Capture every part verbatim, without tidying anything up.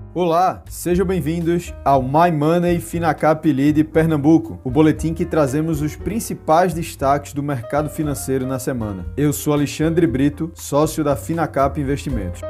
Olá, sejam bem-vindos ao My Money Finacap Lead Pernambuco, o boletim que trazemos os principais destaques do mercado financeiro na semana. Eu sou Alexandre Brito, sócio da Finacap Investimentos.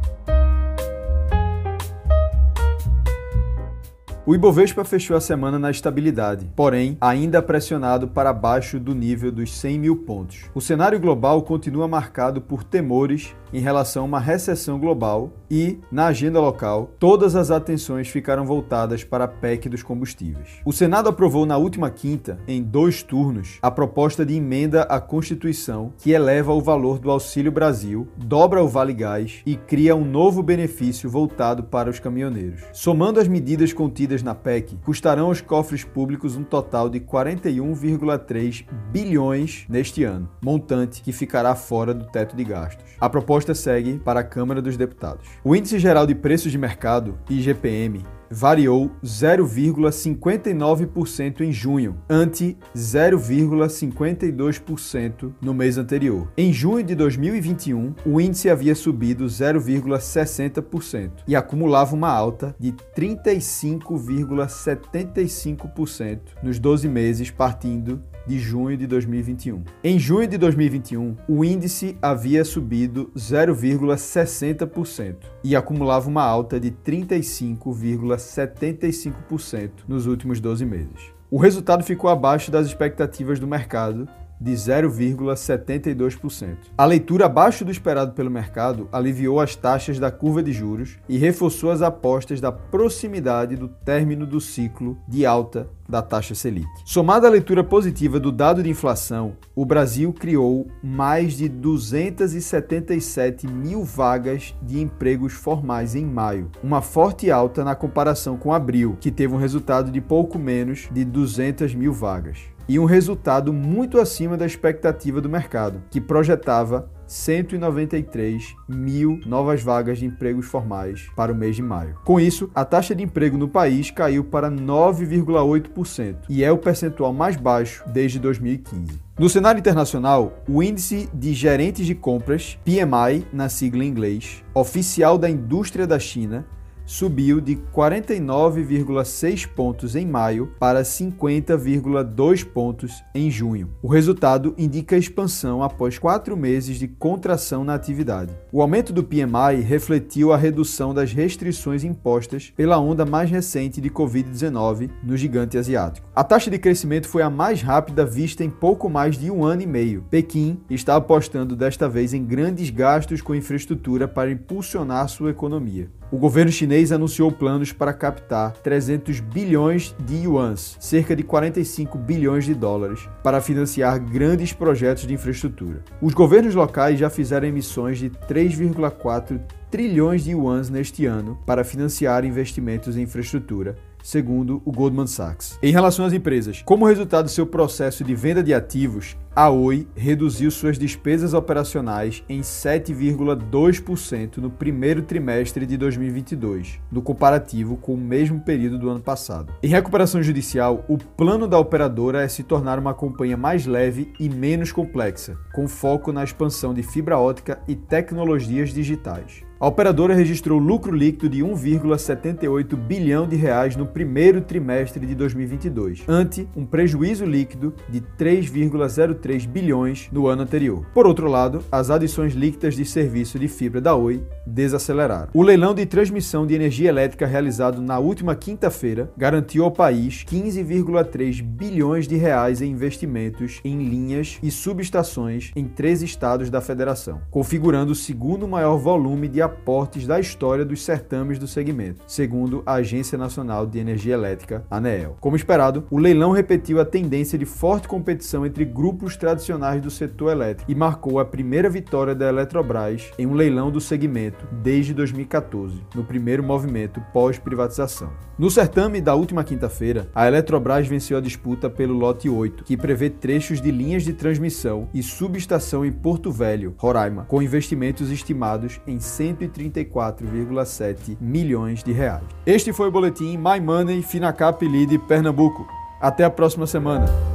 O Ibovespa fechou a semana na estabilidade, porém ainda pressionado para baixo do nível dos cem mil pontos. O cenário global continua marcado por temores em relação a uma recessão global e, na agenda local, todas as atenções ficaram voltadas para a P E C dos combustíveis. O Senado aprovou na última quinta, em dois turnos, a proposta de emenda à Constituição que eleva o valor do Auxílio Brasil, dobra o Vale Gás e cria um novo benefício voltado para os caminhoneiros. Somando as medidas contidas na P E C, custarão aos cofres públicos um total de quarenta e um vírgula três bilhões neste ano, montante que ficará fora do teto de gastos. A proposta segue para a Câmara dos Deputados. O Índice Geral de Preços de Mercado, I G P M, variou zero vírgula cinquenta e nove por cento em junho, ante zero vírgula cinquenta e dois por cento no mês anterior. Em junho de dois mil e vinte e um, o índice havia subido zero vírgula sessenta por cento e acumulava uma alta de trinta e cinco vírgula setenta e cinco por cento nos doze meses partindo de junho de dois mil e vinte e um. Em junho de dois mil e vinte e um, o índice havia subido zero vírgula sessenta por cento e acumulava uma alta de trinta e cinco vírgula setenta e cinco por cento nos últimos doze meses. O resultado ficou abaixo das expectativas do mercado, de zero vírgula setenta e dois por cento. A leitura abaixo do esperado pelo mercado aliviou as taxas da curva de juros e reforçou as apostas da proximidade do término do ciclo de alta da taxa Selic. Somada à leitura positiva do dado de inflação, o Brasil criou mais de duzentas e setenta e sete mil vagas de empregos formais em maio, uma forte alta na comparação com abril, que teve um resultado de pouco menos de duzentas mil vagas. E um resultado muito acima da expectativa do mercado, que projetava cento e noventa e três mil novas vagas de empregos formais para o mês de maio. Com isso, a taxa de emprego no país caiu para nove vírgula oito por cento e é o percentual mais baixo desde dois mil e quinze. No cenário internacional, o índice de gerentes de compras, P M I, na sigla em inglês, oficial da indústria da China, subiu de quarenta e nove vírgula seis pontos em maio para cinquenta vírgula dois pontos em junho. O resultado indica expansão após quatro meses de contração na atividade. O aumento do P M I refletiu a redução das restrições impostas pela onda mais recente de covid dezenove no gigante asiático. A taxa de crescimento foi a mais rápida vista em pouco mais de um ano e meio. Pequim está apostando desta vez em grandes gastos com infraestrutura para impulsionar sua economia. O governo chinês anunciou planos para captar trezentos bilhões de yuans, cerca de quarenta e cinco bilhões de dólares, para financiar grandes projetos de infraestrutura. Os governos locais já fizeram emissões de três vírgula quatro trilhões de yuans neste ano para financiar investimentos em infraestrutura, segundo o Goldman Sachs. Em relação às empresas, como resultado do seu processo de venda de ativos, a Oi reduziu suas despesas operacionais em sete vírgula dois por cento no primeiro trimestre de dois mil e vinte e dois, no comparativo com o mesmo período do ano passado. Em recuperação judicial, o plano da operadora é se tornar uma companhia mais leve e menos complexa, com foco na expansão de fibra ótica e tecnologias digitais. A operadora registrou lucro líquido de um vírgula setenta e oito bilhão de reais no primeiro trimestre de dois mil e vinte e dois, ante um prejuízo líquido de três vírgula zero três bilhões no ano anterior. Por outro lado, as adições líquidas de serviço de fibra da Oi desaceleraram. O leilão de transmissão de energia elétrica realizado na última quinta-feira garantiu ao país quinze vírgula três bilhões de reais em investimentos em linhas e subestações em três estados da federação, configurando o segundo maior volume de aportes da história dos certames do segmento, segundo a Agência Nacional de Energia Elétrica, ANEEL. Como esperado, o leilão repetiu a tendência de forte competição entre grupos tradicionais do setor elétrico e marcou a primeira vitória da Eletrobras em um leilão do segmento desde dois mil e quatorze, no primeiro movimento pós-privatização. No certame da última quinta-feira, a Eletrobras venceu a disputa pelo lote oito, que prevê trechos de linhas de transmissão e subestação em Porto Velho, Roraima, com investimentos estimados em cento e trinta e quatro vírgula sete milhões de reais. Este foi o boletim My Money Finacap Lead Pernambuco. Até a próxima semana.